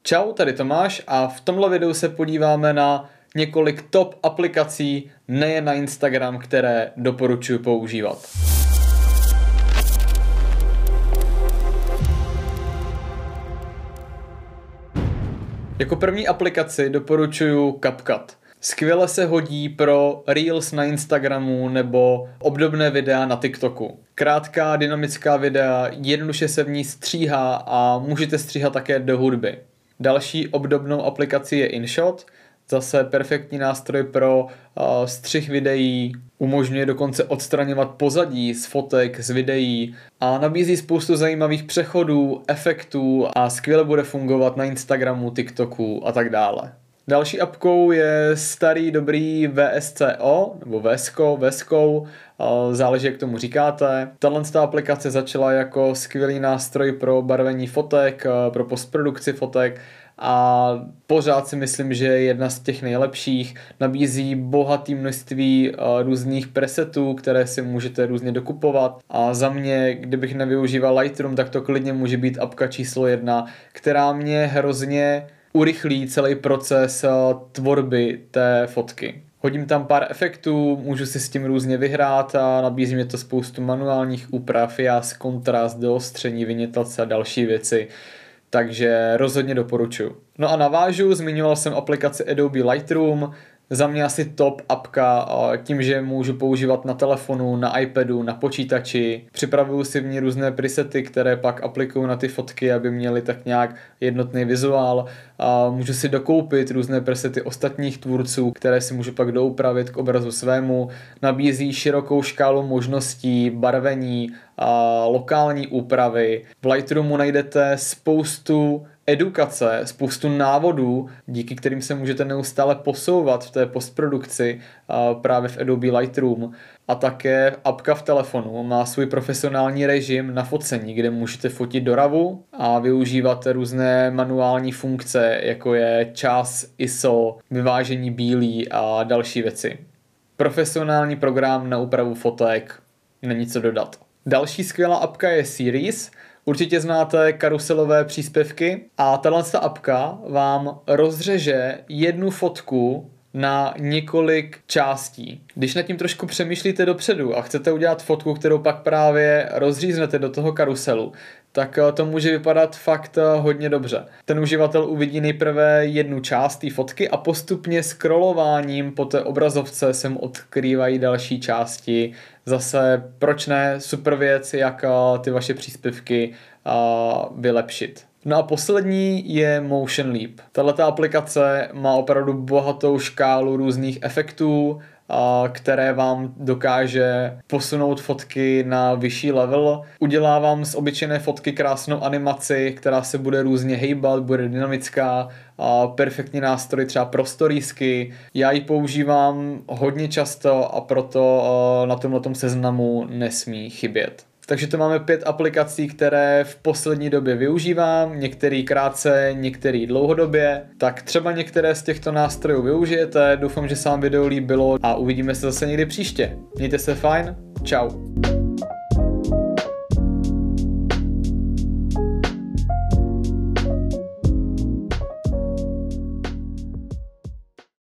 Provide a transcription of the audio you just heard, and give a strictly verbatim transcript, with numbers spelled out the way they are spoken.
Čau, tady Tomáš a v tomhle videu se podíváme na několik top aplikací nejen na Instagram, které doporučuji používat. Jako první aplikaci doporučuji CapCut. Skvěle se hodí pro Reels na Instagramu nebo obdobné videa na TikToku. Krátká dynamická videa, jednoduše se v ní stříhá a můžete stříhat také do hudby. Další obdobnou aplikací je InShot, zase perfektní nástroj pro uh, střih videí, umožňuje dokonce odstraňovat pozadí z fotek, z videí a nabízí spoustu zajímavých přechodů, efektů a skvěle bude fungovat na Instagramu, TikToku a tak dále. Další apkou je starý dobrý V S C O, nebo Vesko, Veskou, záleží jak tomu říkáte. Tahle aplikace začala jako skvělý nástroj pro barvení fotek, pro postprodukci fotek a pořád si myslím, že je jedna z těch nejlepších. Nabízí bohatý množství různých presetů, které si můžete různě dokupovat a za mě, kdybych nevyužíval Lightroom, tak to klidně může být apka číslo jedna, která mě hrozně urychlí celý proces tvorby té fotky. Hodím tam pár efektů, můžu si s tím různě vyhrát a nabízí mě to spoustu manuálních úprav, jas, kontrast, doostření, vynětace a další věci. Takže rozhodně doporučuji. No a navážu, zmiňoval jsem aplikaci Adobe Lightroom, za mě asi top apka tím, že můžu používat na telefonu, na iPadu, na počítači. Připravuju si v ní různé presety, které pak aplikuju na ty fotky, aby měly tak nějak jednotný vizuál. A můžu si dokoupit různé presety ostatních tvůrců, které si můžu pak doupravit k obrazu svému. Nabízí širokou škálu možností, barvení, a lokální úpravy. V Lightroomu najdete spoustu edukace, spoustu návodů, díky kterým se můžete neustále posouvat v té postprodukci právě v Adobe Lightroom. A také apka v telefonu má svůj profesionální režim na focení, kde můžete fotit do ravu a využívat různé manuální funkce, jako je čas, I S O, vyvážení bílý a další věci. Profesionální program na úpravu fotek, není co dodat. Další skvělá apka je Series. Určitě znáte karuselové příspěvky a tato apka vám rozřeže jednu fotku na několik částí. Když nad tím trošku přemýšlíte dopředu a chcete udělat fotku, kterou pak právě rozříznete do toho karuselu, tak to může vypadat fakt hodně dobře. Ten uživatel uvidí nejprve jednu část té fotky a postupně scrollováním po té obrazovce se mu odkrývají další části. Zase proč ne, super věc, jak ty vaše příspěvky vylepšit. No a poslední je Motion Leap. Tato aplikace má opravdu bohatou škálu různých efektů, které vám dokáže posunout fotky na vyšší level. Udělá vám z obyčejné fotky krásnou animaci, která se bude různě hejbat, bude dynamická, perfektní nástroj třeba pro storiesky. Já ji používám hodně často a proto na tomhletom seznamu nesmí chybět. Takže to máme pět aplikací, které v poslední době využívám, některý krátce, některý dlouhodobě. Tak třeba některé z těchto nástrojů využijete, doufám, že se vám video líbilo a uvidíme se zase někdy příště. Mějte se fajn, čau.